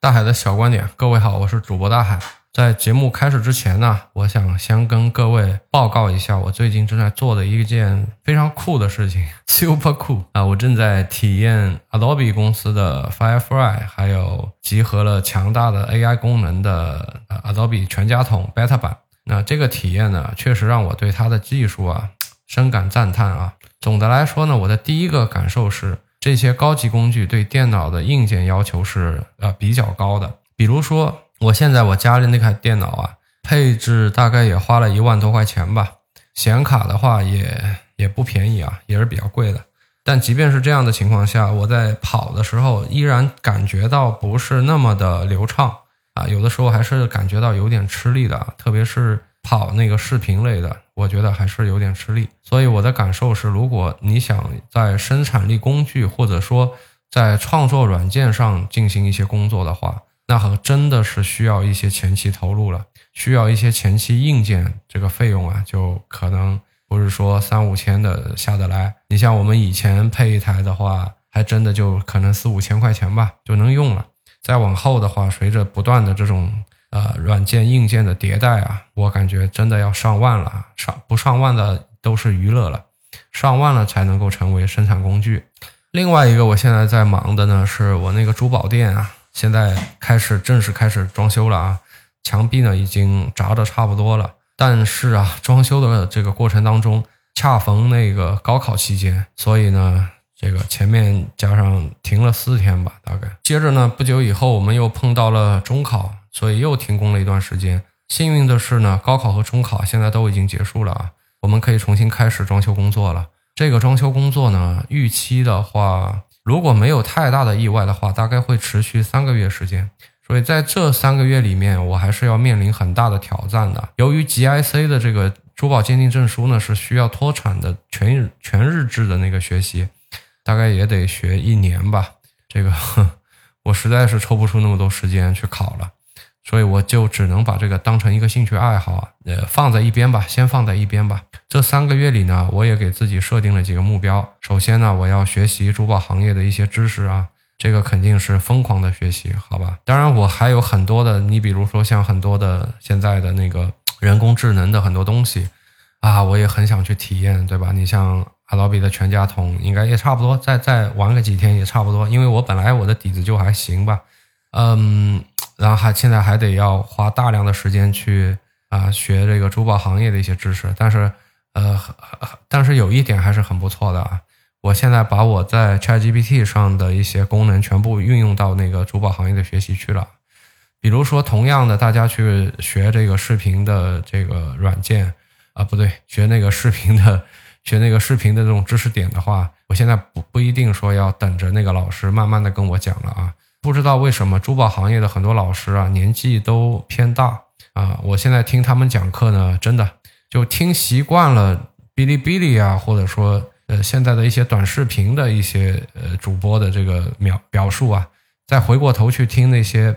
大海的小观点，各位好，我是主播大海。在节目开始之前呢，我想先跟各位报告一下我最近正在做的一件非常酷的事情 ，super cool 啊！我正在体验 Adobe 公司的 Firefly， 还有集合了强大的 AI 功能的Adobe 全家桶 Beta 版。那这个体验呢，确实让我对它的技术深感赞叹啊。总的来说呢，我的第一个感受是，这些高级工具对电脑的硬件要求是比较高的。比如说我现在家里那台电脑配置大概也花了1万多块钱吧，显卡的话也不便宜也是比较贵的。但即便是这样的情况下，我在跑的时候依然感觉到不是那么的流畅有的时候还是感觉到有点吃力的，特别是跑那个视频类的，我觉得还是有点吃力。所以我的感受是，如果你想在生产力工具或者说在创作软件上进行一些工作的话，那真的是需要一些前期投入了，需要一些前期硬件，这个费用就可能不是说3-5千的下得来。你像我们以前配一台的话，还真的就可能4-5千块钱吧就能用了。再往后的话，随着不断的这种软件硬件的迭代我感觉真的要上万了，不上万的都是娱乐了，上万了才能够成为生产工具。另外一个我现在在忙的呢，是我那个珠宝店现在正式开始装修了墙壁呢已经砸得差不多了，但是装修的这个过程当中恰逢那个高考期间，所以呢这个前面加上停了4天吧大概。接着呢不久以后我们又碰到了中考，所以又停工了一段时间。幸运的是呢，高考和中考现在都已经结束了我们可以重新开始装修工作了。这个装修工作呢，预期的话如果没有太大的意外的话，大概会持续3个月时间。所以在这3个月里面，我还是要面临很大的挑战的。由于 GIC 的这个珠宝鉴定证书呢是需要脱产的全日制的那个学习，大概也得学1年吧，这个我实在是抽不出那么多时间去考了，所以我就只能把这个当成一个兴趣爱好放在一边吧，先放在一边吧。这3个月里呢，我也给自己设定了几个目标。首先呢，我要学习珠宝行业的一些知识这个肯定是疯狂的学习，好吧。当然我还有很多的，你比如说像很多的现在的那个人工智能的很多东西我也很想去体验，对吧？你像 Adobe 的全家桶应该也差不多，再玩个几天也差不多，因为我本来我的底子就还行吧。然后现在还得要花大量的时间去学这个珠宝行业的一些知识，但是有一点还是很不错的我现在把我在 ChatGPT 上的一些功能全部运用到那个珠宝行业的学习去了。比如说同样的，大家去学这个视频的这个软件不对，学那个视频的这种知识点的话，我现在不一定说要等着那个老师慢慢的跟我讲了不知道为什么珠宝行业的很多老师年纪都偏大我现在听他们讲课呢，真的就听习惯了哔哩哔哩或者说现在的一些短视频的一些主播的这个表述再回过头去听那些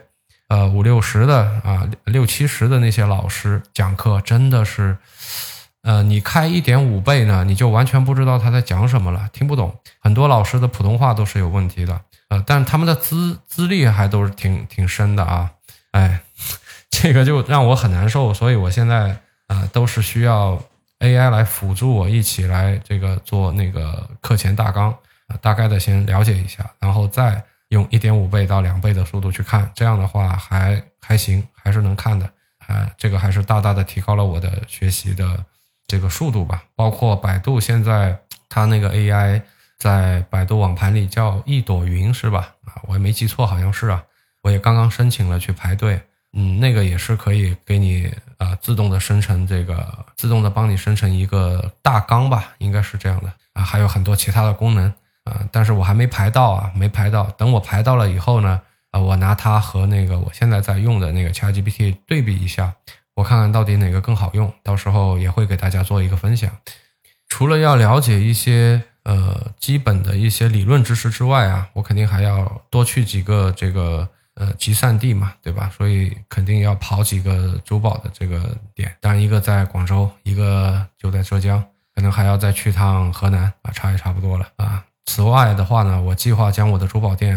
50-60的60-70的那些老师讲课，真的是你开 1.5 倍呢，你就完全不知道他在讲什么了，听不懂。很多老师的普通话都是有问题的但他们的资历还都是挺深的这个就让我很难受。所以我现在都是需要 AI 来辅助我一起来这个做那个课前大纲大概的先了解一下，然后再用 1.5 倍到2倍的速度去看，这样的话还行，还是能看的这个还是大大的提高了我的学习的这个速度吧。包括百度现在它那个 AI 在百度网盘里叫一朵云是吧我也没记错，好像是我也刚刚申请了去排队那个也是可以给你自动的生成自动的帮你生成一个大纲吧，应该是这样的还有很多其他的功能但是我还没排到等我排到了以后呢我拿它和那个我现在在用的那个 ChatGPT 对比一下，我看看到底哪个更好用，到时候也会给大家做一个分享。除了要了解一些基本的一些理论知识之外我肯定还要多去几个这个集散地嘛，对吧？所以肯定要跑几个珠宝的这个点，当然一个在广州，一个就在浙江，可能还要再去趟河南差也差不多了此外的话呢，我计划将我的珠宝店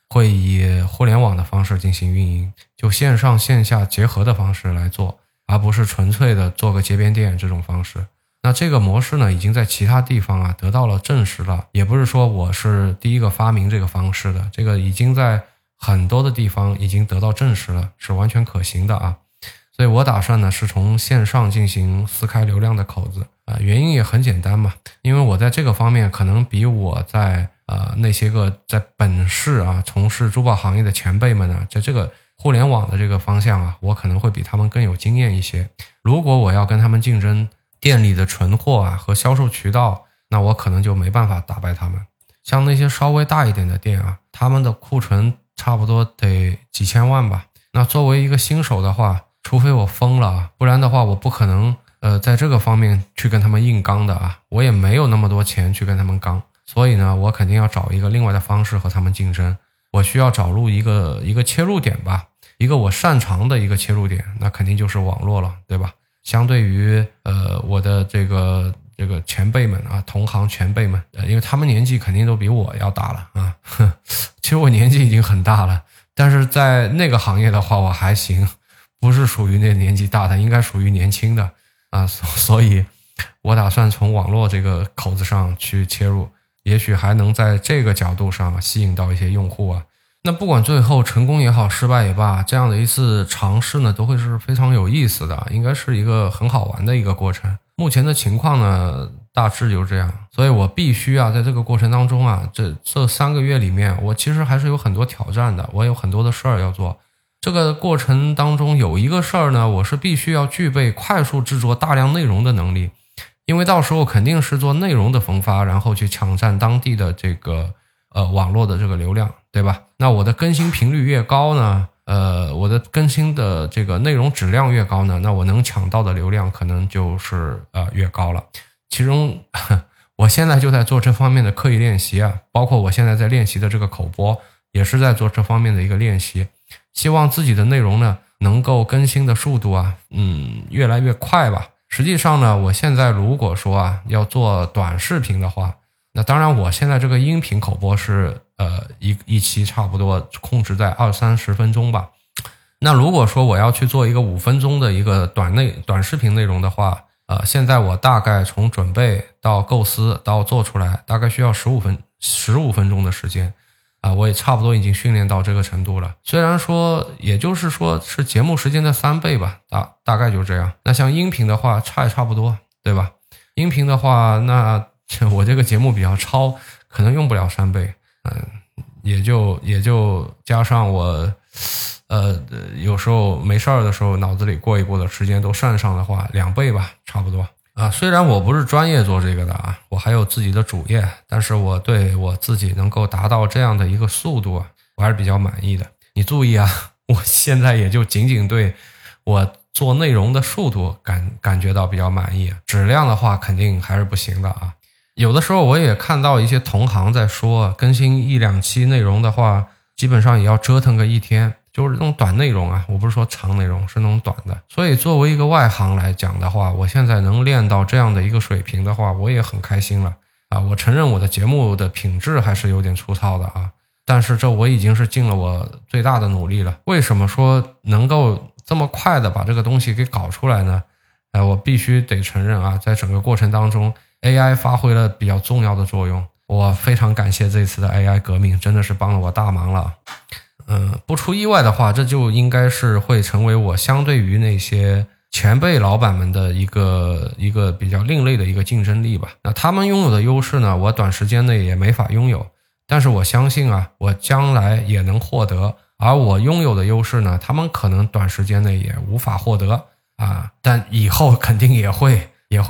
会以互联网的方式进行运营，就线上线下结合的方式来做，而不是纯粹的做个街边店这种方式。那这个模式呢，已经在其他地方啊得到了证实了，也不是说我是第一个发明这个方式的，这个已经在很多的地方已经得到证实了，是完全可行的啊。所以我打算呢是从线上进行撕开流量的口子原因也很简单嘛，因为我在这个方面可能比我在那些个在本市啊从事珠宝行业的前辈们呢，在这个互联网的这个方向啊，我可能会比他们更有经验一些。如果我要跟他们竞争店里的存货啊和销售渠道，那我可能就没办法打败他们。像那些稍微大一点的店啊，他们的库存差不多得几千万吧。那作为一个新手的话，除非我疯了，不然的话我不可能在这个方面去跟他们硬刚的啊，我也没有那么多钱去跟他们刚。所以呢，我肯定要找一个另外的方式和他们竞争。我需要找入一个切入点吧，一个我擅长的一个切入点，那肯定就是网络了，对吧？相对于我的这个前辈们啊，同行前辈们，因为他们年纪肯定都比我要大了啊。其实我年纪已经很大了，但是在那个行业的话我还行，不是属于那年纪大的，应该属于年轻的啊。所以我打算从网络这个口子上去切入，也许还能在这个角度上吸引到一些用户啊。那不管最后成功也好失败也罢，这样的一次尝试呢都会是非常有意思的，应该是一个很好玩的一个过程。目前的情况呢大致就这样，所以我必须啊在这个过程当中啊，这3个月里面我其实还是有很多挑战的，我有很多的事儿要做。这个过程当中有一个事儿呢，我是必须要具备快速制作大量内容的能力，因为到时候肯定是做内容的分发，然后去抢占当地的这个网络的这个流量，对吧？那我的更新频率越高呢，我的更新的这个内容质量越高呢，那我能抢到的流量可能就是越高了。其中我现在就在做这方面的刻意练习啊，包括我现在在练习的这个口播也是在做这方面的一个练习，希望自己的内容呢能够更新的速度啊越来越快吧。实际上呢，我现在如果说啊要做短视频的话，那当然我现在这个音频口播是一期差不多控制在20-30分钟吧。那如果说我要去做一个5分钟的一个短视频内容的话，现在我大概从准备到构思到做出来大概需要15分钟的时间我也差不多已经训练到这个程度了。虽然说也就是说是节目时间的3倍吧，大概就这样。那像音频的话差不多，对吧？音频的话，那我这个节目比较超，可能用不了3倍，也就加上我有时候没事儿的时候脑子里过一过的时间都算上的话，2倍吧，差不多虽然我不是专业做这个的我还有自己的主业，但是我对我自己能够达到这样的一个速度我还是比较满意的。你注意我现在也就仅仅对我做内容的速度感觉到比较满意质量的话肯定还是不行的有的时候我也看到一些同行在说，更新1-2期内容的话，基本上也要折腾个1天，就是那种短内容我不是说长内容，是那种短的。所以作为一个外行来讲的话，我现在能练到这样的一个水平的话，我也很开心了我承认我的节目的品质还是有点粗糙的但是这我已经是尽了我最大的努力了。为什么说能够这么快的把这个东西给搞出来呢？我必须得承认在整个过程当中AI 发挥了比较重要的作用，我非常感谢这次的 AI 革命，真的是帮了我大忙了。不出意外的话，这就应该是会成为我相对于那些前辈老板们的一个比较另类的一个竞争力吧。那他们拥有的优势呢，我短时间内也没法拥有，但是我相信我将来也能获得，而我拥有的优势呢，他们可能短时间内也无法获得但以后肯定也会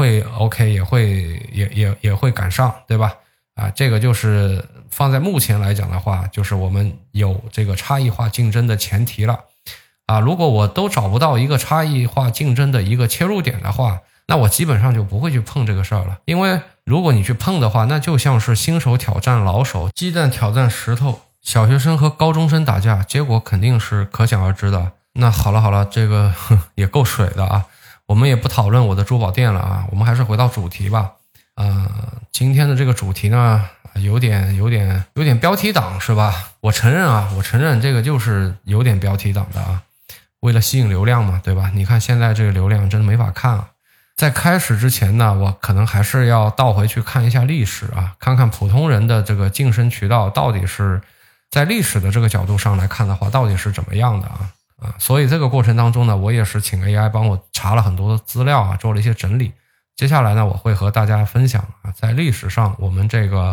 OK， 也会赶上，对吧？这个就是放在目前来讲的话，就是我们有这个差异化竞争的前提了如果我都找不到一个差异化竞争的一个切入点的话，那我基本上就不会去碰这个事儿了。因为如果你去碰的话，那就像是新手挑战老手，鸡蛋挑战石头，小学生和高中生打架，结果肯定是可想而知的。那好了，这个也够水的我们也不讨论我的珠宝店了我们还是回到主题吧今天的这个主题呢，有点标题党是吧？我承认这个就是有点标题党的啊，为了吸引流量嘛，对吧？你看现在这个流量真的没法看啊。在开始之前呢，我可能还是要倒回去看一下历史啊，看看普通人的这个晋升渠道到底是在历史的这个角度上来看的话，到底是怎么样的啊。所以这个过程当中呢，我也是请 AI 帮我查了很多的资料啊，做了一些整理。接下来呢，我会和大家分享啊，在历史上我们这个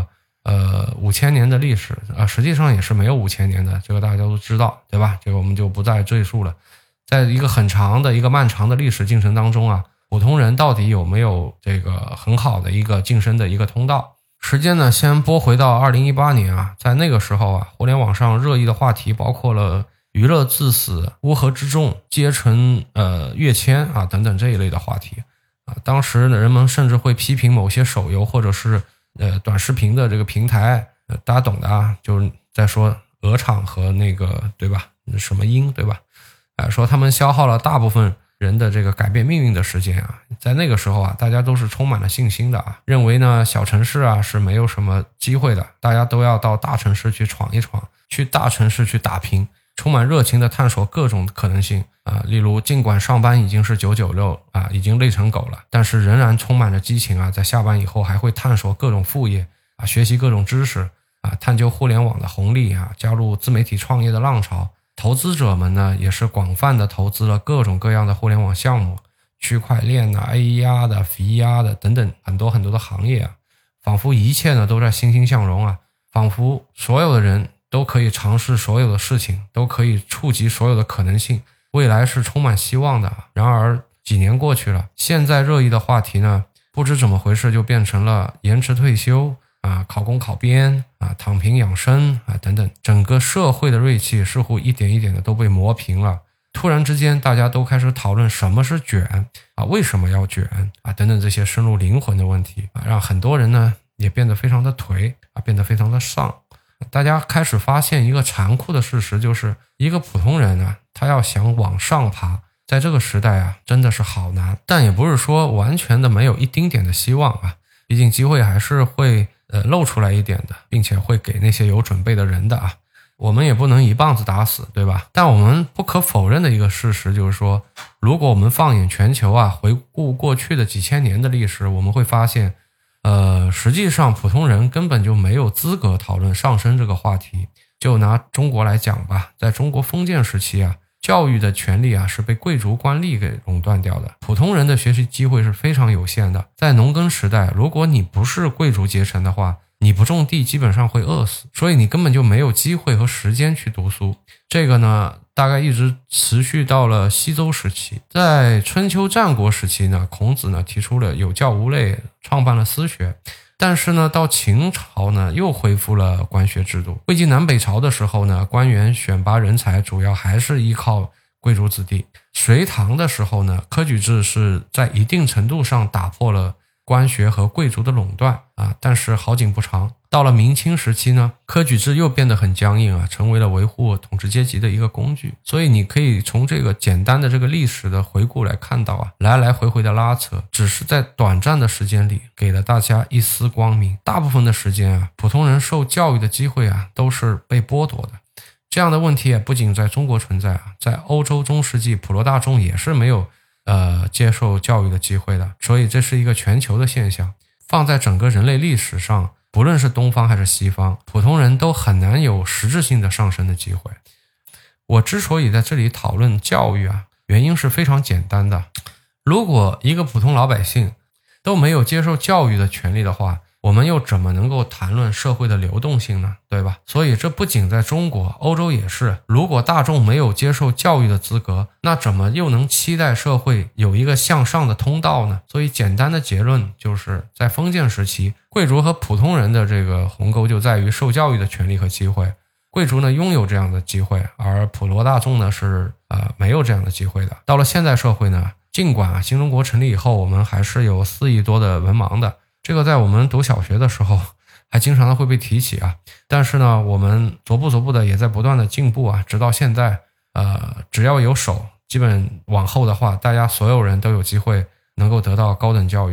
5000年的历史实际上也是没有5000年的，这个大家都知道，对吧？这个我们就不再赘述了。在一个很长的一个漫长的历史进程当中啊，普通人到底有没有这个很好的一个晋升的一个通道？时间呢，先拨回到2018年啊，在那个时候啊，互联网上热议的话题包括了娱乐至死、乌合之众、阶层跃迁啊等等这一类的话题啊。当时呢，人们甚至会批评某些手游或者是短视频的这个平台，大家懂的啊，就是在说鹅厂和那个对吧，什么鹰对吧，说他们消耗了大部分人的这个改变命运的时间啊。在那个时候啊，大家都是充满了信心的啊，认为呢小城市啊是没有什么机会的，大家都要到大城市去闯一闯，去大城市去打拼，充满热情的探索各种可能性啊。例如尽管上班已经是996啊，已经累成狗了，但是仍然充满着激情啊，在下班以后还会探索各种副业啊，学习各种知识啊，探究互联网的红利啊，加入自媒体创业的浪潮。投资者们呢，也是广泛的投资了各种各样的互联网项目，区块链啊、AR 的、VR 的等等很多的行业啊，仿佛一切呢都在欣欣向荣啊，仿佛所有的人都可以尝试所有的事情，都可以触及所有的可能性，未来是充满希望的。然而几年过去了，现在热议的话题呢，不知怎么回事就变成了延迟退休啊、考公考编啊、躺平养生啊等等，整个社会的锐气似乎一点一点的都被磨平了。突然之间，大家都开始讨论什么是卷啊，为什么要卷啊等等这些深入灵魂的问题啊，让很多人呢也变得非常的颓啊，变得非常的丧。大家开始发现一个残酷的事实，就是一个普通人啊，他要想往上爬，在这个时代啊，真的是好难。但也不是说完全的没有一丁点的希望啊，毕竟机会还是会露出来一点的，并且会给那些有准备的人的啊。我们也不能一棒子打死，对吧？但我们不可否认的一个事实就是说，如果我们放眼全球啊，回顾过去的几千年的历史，我们会发现实际上普通人根本就没有资格讨论上升这个话题。就拿中国来讲吧，在中国封建时期啊，教育的权利啊是被贵族官吏给垄断掉的，普通人的学习机会是非常有限的。在农耕时代，如果你不是贵族阶层的话，你不种地基本上会饿死，所以你根本就没有机会和时间去读书。这个呢大概一直持续到了西周时期。在春秋战国时期呢，孔子呢提出了有教无类，创办了私学。但是呢，到秦朝呢，又恢复了官学制度。魏晋南北朝的时候呢，官员选拔人才主要还是依靠贵族子弟。隋唐的时候呢，科举制是在一定程度上打破了官学和贵族的垄断啊，但是好景不长。到了明清时期呢，科举制又变得很僵硬啊，成为了维护统治阶级的一个工具。所以你可以从这个简单的这个历史的回顾来看到啊，来来回回的拉扯，只是在短暂的时间里给了大家一丝光明。大部分的时间啊，普通人受教育的机会啊，都是被剥夺的。这样的问题也不仅在中国存在啊，在欧洲中世纪普罗大众也是没有接受教育的机会的。所以这是一个全球的现象，放在整个人类历史上，不论是东方还是西方，普通人都很难有实质性的上升的机会。我之所以在这里讨论教育啊，原因是非常简单的。如果一个普通老百姓都没有接受教育的权利的话，我们又怎么能够谈论社会的流动性呢？对吧？所以这不仅在中国，欧洲也是。如果大众没有接受教育的资格，那怎么又能期待社会有一个向上的通道呢？所以简单的结论就是在封建时期，贵族和普通人的这个鸿沟就在于受教育的权利和机会。贵族呢拥有这样的机会，而普罗大众呢是没有这样的机会的。到了现代社会呢，尽管新中国成立以后，我们还是有4亿多的文盲的，这个在我们读小学的时候还经常的会被提起啊。但是呢，我们逐步的也在不断的进步啊，直到现在只要有手，基本往后的话，大家所有人都有机会能够得到高等教育。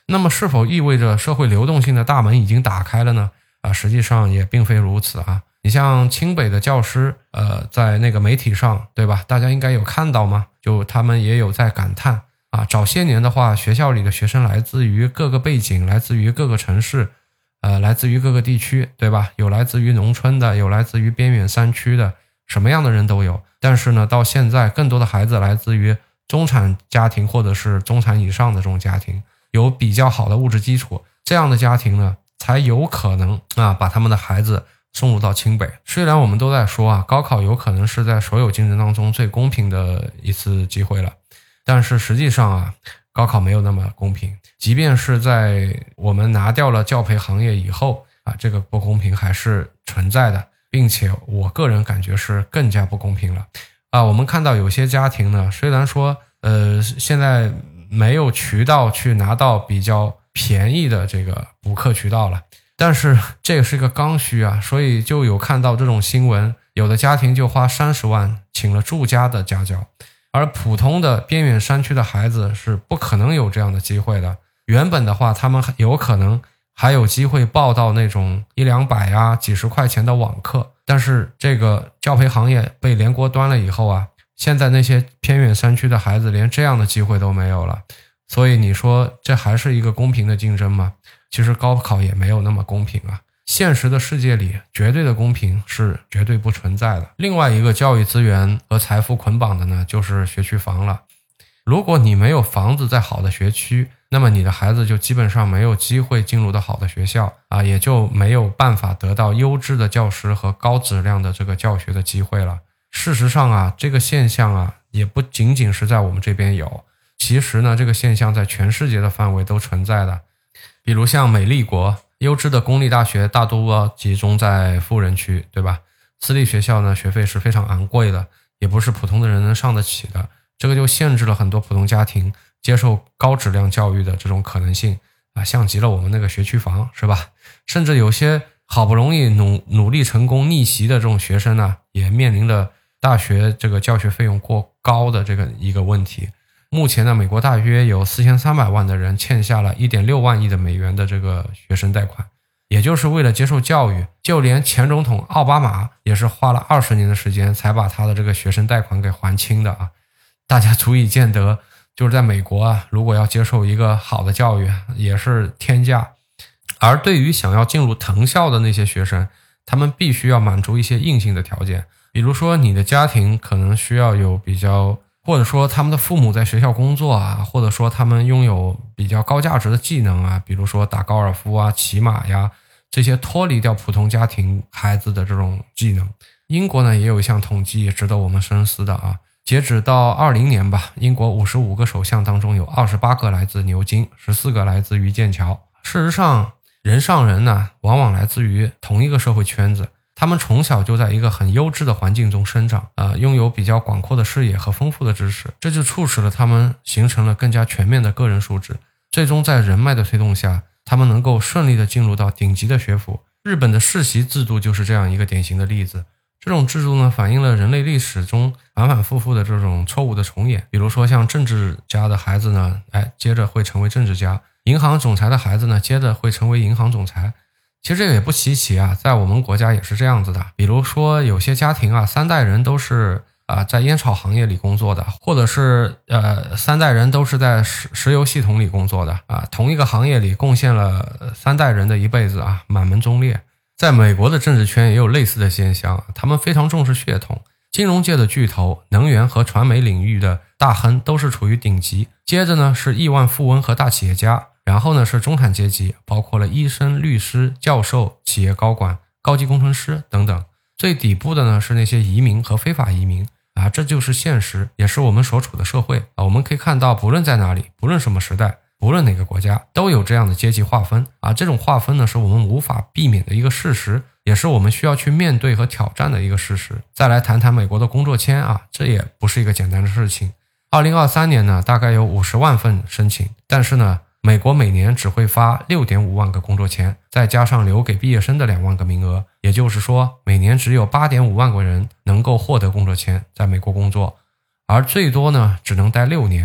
那么是否意味着社会流动性的大门已经打开了呢？实际上也并非如此啊。你像清北的教师，在那个媒体上，对吧？大家应该有看到吗？就他们也有在感叹啊，早些年的话，学校里的学生来自于各个背景，来自于各个城市，来自于各个地区，对吧？有来自于农村的，有来自于边远山区的，什么样的人都有。但是呢，到现在更多的孩子来自于中产家庭或者是中产以上的这种家庭，有比较好的物质基础，这样的家庭呢，才有可能把他们的孩子送入到清北。虽然我们都在说高考有可能是在所有竞争当中最公平的一次机会了，但是实际上高考没有那么公平。即便是在我们拿掉了教培行业以后这个不公平还是存在的，并且我个人感觉是更加不公平了我们看到有些家庭呢，虽然说现在没有渠道去拿到比较便宜的这个补课渠道了，但是这个是个刚需所以就有看到这种新闻，有的家庭就花30万请了住家的家教，而普通的边远山区的孩子是不可能有这样的机会的。原本的话他们有可能还有机会报到那种100-200几十块钱的网课，但是这个教培行业被连锅端了以后现在那些偏远山区的孩子连这样的机会都没有了。所以你说这还是一个公平的竞争吗？其实高考也没有那么公平现实的世界里，绝对的公平是绝对不存在的。另外一个教育资源和财富捆绑的呢，就是学区房了。如果你没有房子在好的学区，那么你的孩子就基本上没有机会进入到好的学校也就没有办法得到优质的教师和高质量的这个教学的机会了。事实上这个现象也不仅仅是在我们这边有，其实呢这个现象在全世界的范围都存在的。比如像美利国，优质的公立大学大多集中在富人区，对吧？私立学校呢学费是非常昂贵的，也不是普通的人能上得起的，这个就限制了很多普通家庭接受高质量教育的这种可能性像极了我们那个学区房，是吧？甚至有些好不容易努力成功逆袭的这种学生也面临着大学这个教学费用过高的这个一个问题。目前呢，美国大约有4300万的人欠下了 1.6万亿的美元的这个学生贷款，也就是为了接受教育，就连前总统奥巴马也是花了20年的时间才把他的这个学生贷款给还清的大家足以见得，就是在美国如果要接受一个好的教育也是天价。而对于想要进入藤校的那些学生，他们必须要满足一些硬性的条件，比如说你的家庭可能需要有比较，或者说他们的父母在学校工作或者说他们拥有比较高价值的技能比如说打高尔夫骑马呀，这些脱离掉普通家庭孩子的这种技能。英国呢也有一项统计值得我们深思的截止到20年吧，英国55个首相当中有28个来自牛津，14个来自于剑桥。事实上人上人呢往往来自于同一个社会圈子，他们从小就在一个很优质的环境中生长拥有比较广阔的视野和丰富的知识，这就促使了他们形成了更加全面的个人素质，最终在人脉的推动下，他们能够顺利的进入到顶级的学府。日本的世袭制度就是这样一个典型的例子。这种制度呢，反映了人类历史中反反复复的这种错误的重演。比如说像政治家的孩子呢，接着会成为政治家；银行总裁的孩子呢，接着会成为银行总裁。其实这个也不稀奇在我们国家也是这样子的。比如说有些家庭3代人都是在烟草行业里工作的，或者是3代人都是在石油系统里工作的同一个行业里贡献了3代人的一辈子满门忠烈。在美国的政治圈也有类似的现象，他们非常重视血统，金融界的巨头、能源和传媒领域的大亨都是处于顶级，接着呢是亿万富翁和大企业家，然后呢是中产阶级，包括了医生、律师、教授、企业高管、高级工程师等等，最底部的呢是那些移民和非法移民这就是现实，也是我们所处的社会我们可以看到，不论在哪里，不论什么时代，不论哪个国家，都有这样的阶级划分这种划分呢是我们无法避免的一个事实，也是我们需要去面对和挑战的一个事实。再来谈谈美国的工作签这也不是一个简单的事情。2023年呢大概有50万份申请，但是呢美国每年只会发 6.5 万个工作签，再加上留给毕业生的2万个名额，也就是说每年只有 8.5 万个人能够获得工作签在美国工作，而最多呢只能待6年。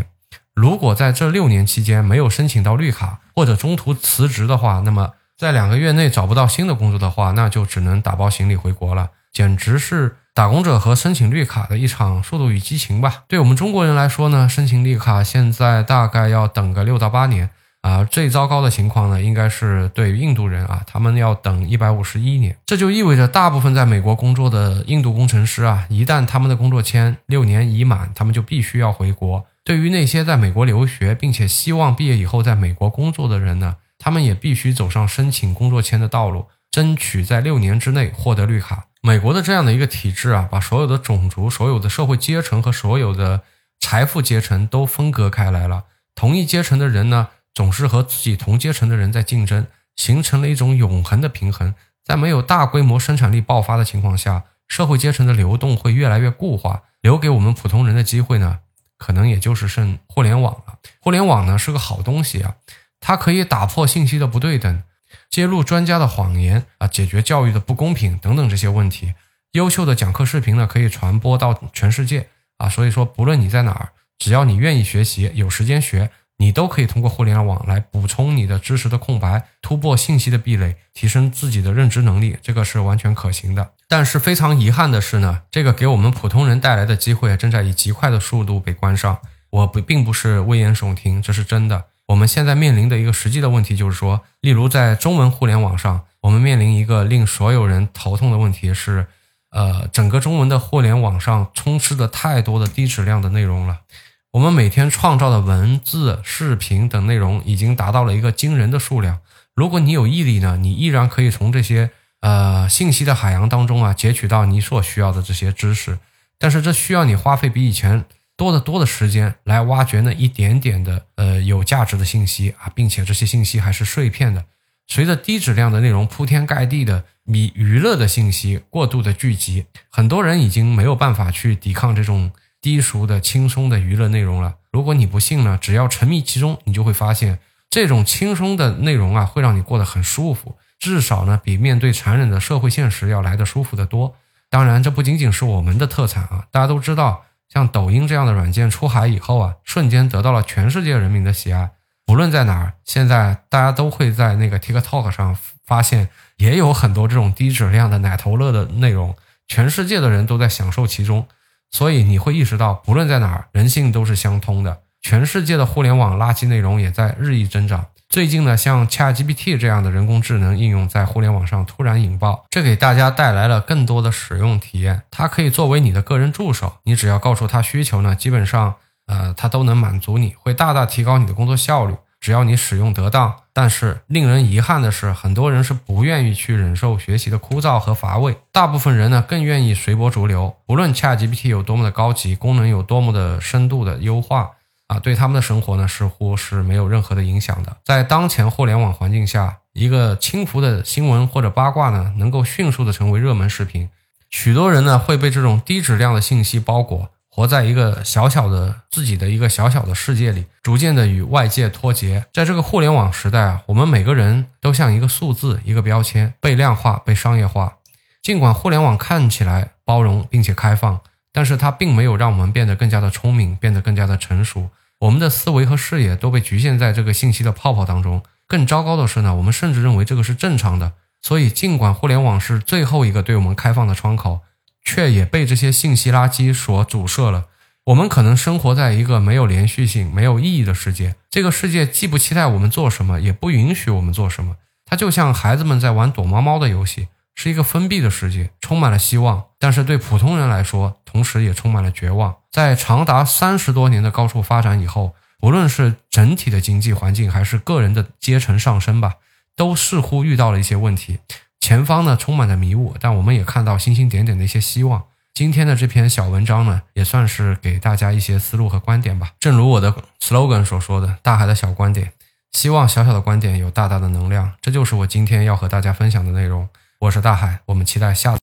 如果在这6年期间没有申请到绿卡或者中途辞职的话，那么在2个月内找不到新的工作的话，那就只能打包行李回国了。简直是打工者和申请绿卡的一场速度与激情吧。对我们中国人来说呢，申请绿卡现在大概要等个6到8年最糟糕的情况呢，应该是对于印度人他们要等151年。这就意味着大部分在美国工作的印度工程师一旦他们的工作签6年已满，他们就必须要回国。对于那些在美国留学并且希望毕业以后在美国工作的人呢，他们也必须走上申请工作签的道路，争取在6年之内获得绿卡。美国的这样的一个体制把所有的种族、所有的社会阶层和所有的财富阶层都分割开来了。同一阶层的人呢，总是和自己同阶层的人在竞争，形成了一种永恒的平衡。在没有大规模生产力爆发的情况下，社会阶层的流动会越来越固化，留给我们普通人的机会呢，可能也就是剩互联网了。互联网呢是个好东西它可以打破信息的不对等，揭露专家的谎言解决教育的不公平等等这些问题。优秀的讲课视频呢可以传播到全世界所以说不论你在哪儿，只要你愿意学习，有时间学，你都可以通过互联网来补充你的知识的空白，突破信息的壁垒，提升自己的认知能力，这个是完全可行的。但是非常遗憾的是呢，这个给我们普通人带来的机会正在以极快的速度被关上。我并不是危言耸听，这是真的。我们现在面临的一个实际的问题就是说，例如在中文互联网上，我们面临一个令所有人头痛的问题是整个中文的互联网上充斥着太多的低质量的内容了。我们每天创造的文字、视频等内容已经达到了一个惊人的数量。如果你有毅力呢，你依然可以从这些信息的海洋当中截取到你所需要的这些知识，但是这需要你花费比以前多得多的时间来挖掘那一点点的有价值的信息并且这些信息还是碎片的。随着低质量的内容铺天盖地的娱乐的信息过度的聚集，很多人已经没有办法去抵抗这种低俗的轻松的娱乐内容了。如果你不信呢，只要沉迷其中，你就会发现这种轻松的内容会让你过得很舒服，至少呢比面对残忍的社会现实要来得舒服得多。当然这不仅仅是我们的特产大家都知道，像抖音这样的软件出海以后瞬间得到了全世界人民的喜爱。无论在哪儿，现在大家都会在那个 TikTok 上发现也有很多这种低质量的奶头乐的内容，全世界的人都在享受其中。所以你会意识到，不论在哪儿，人性都是相通的。全世界的互联网垃圾内容也在日益增长。最近呢，像 ChatGPT 这样的人工智能应用在互联网上突然引爆，这给大家带来了更多的使用体验。它可以作为你的个人助手，你只要告诉它需求呢，基本上它都能满足你，会大大提高你的工作效率，只要你使用得当。但是令人遗憾的是，很多人是不愿意去忍受学习的枯燥和乏味，大部分人呢更愿意随波逐流。无论 ChatGPT 有多么的高级，功能有多么的深度的优化对他们的生活呢似乎是没有任何的影响的。在当前互联网环境下，一个轻浮的新闻或者八卦呢能够迅速的成为热门视频，许多人呢会被这种低质量的信息包裹，活在一个自己的一个小小的世界里，逐渐的与外界脱节。在这个互联网时代我们每个人都像一个数字，一个标签，被量化，被商业化。尽管互联网看起来包容并且开放，但是它并没有让我们变得更加的聪明，变得更加的成熟。我们的思维和视野都被局限在这个信息的泡泡当中。更糟糕的是呢，我们甚至认为这个是正常的。所以尽管互联网是最后一个对我们开放的窗口，却也被这些信息垃圾所阻塞了。我们可能生活在一个没有连续性、没有意义的世界，这个世界既不期待我们做什么，也不允许我们做什么。它就像孩子们在玩躲猫猫的游戏，是一个封闭的世界，充满了希望，但是对普通人来说，同时也充满了绝望。在长达30多年的高速发展以后，无论是整体的经济环境还是个人的阶层上升吧，都似乎遇到了一些问题。前方呢充满着迷雾，但我们也看到星星点点的一些希望。今天的这篇小文章呢，也算是给大家一些思路和观点吧。正如我的 slogan 所说的，大海的小观点，希望小小的观点有大大的能量。这就是我今天要和大家分享的内容。我是大海，我们期待下次。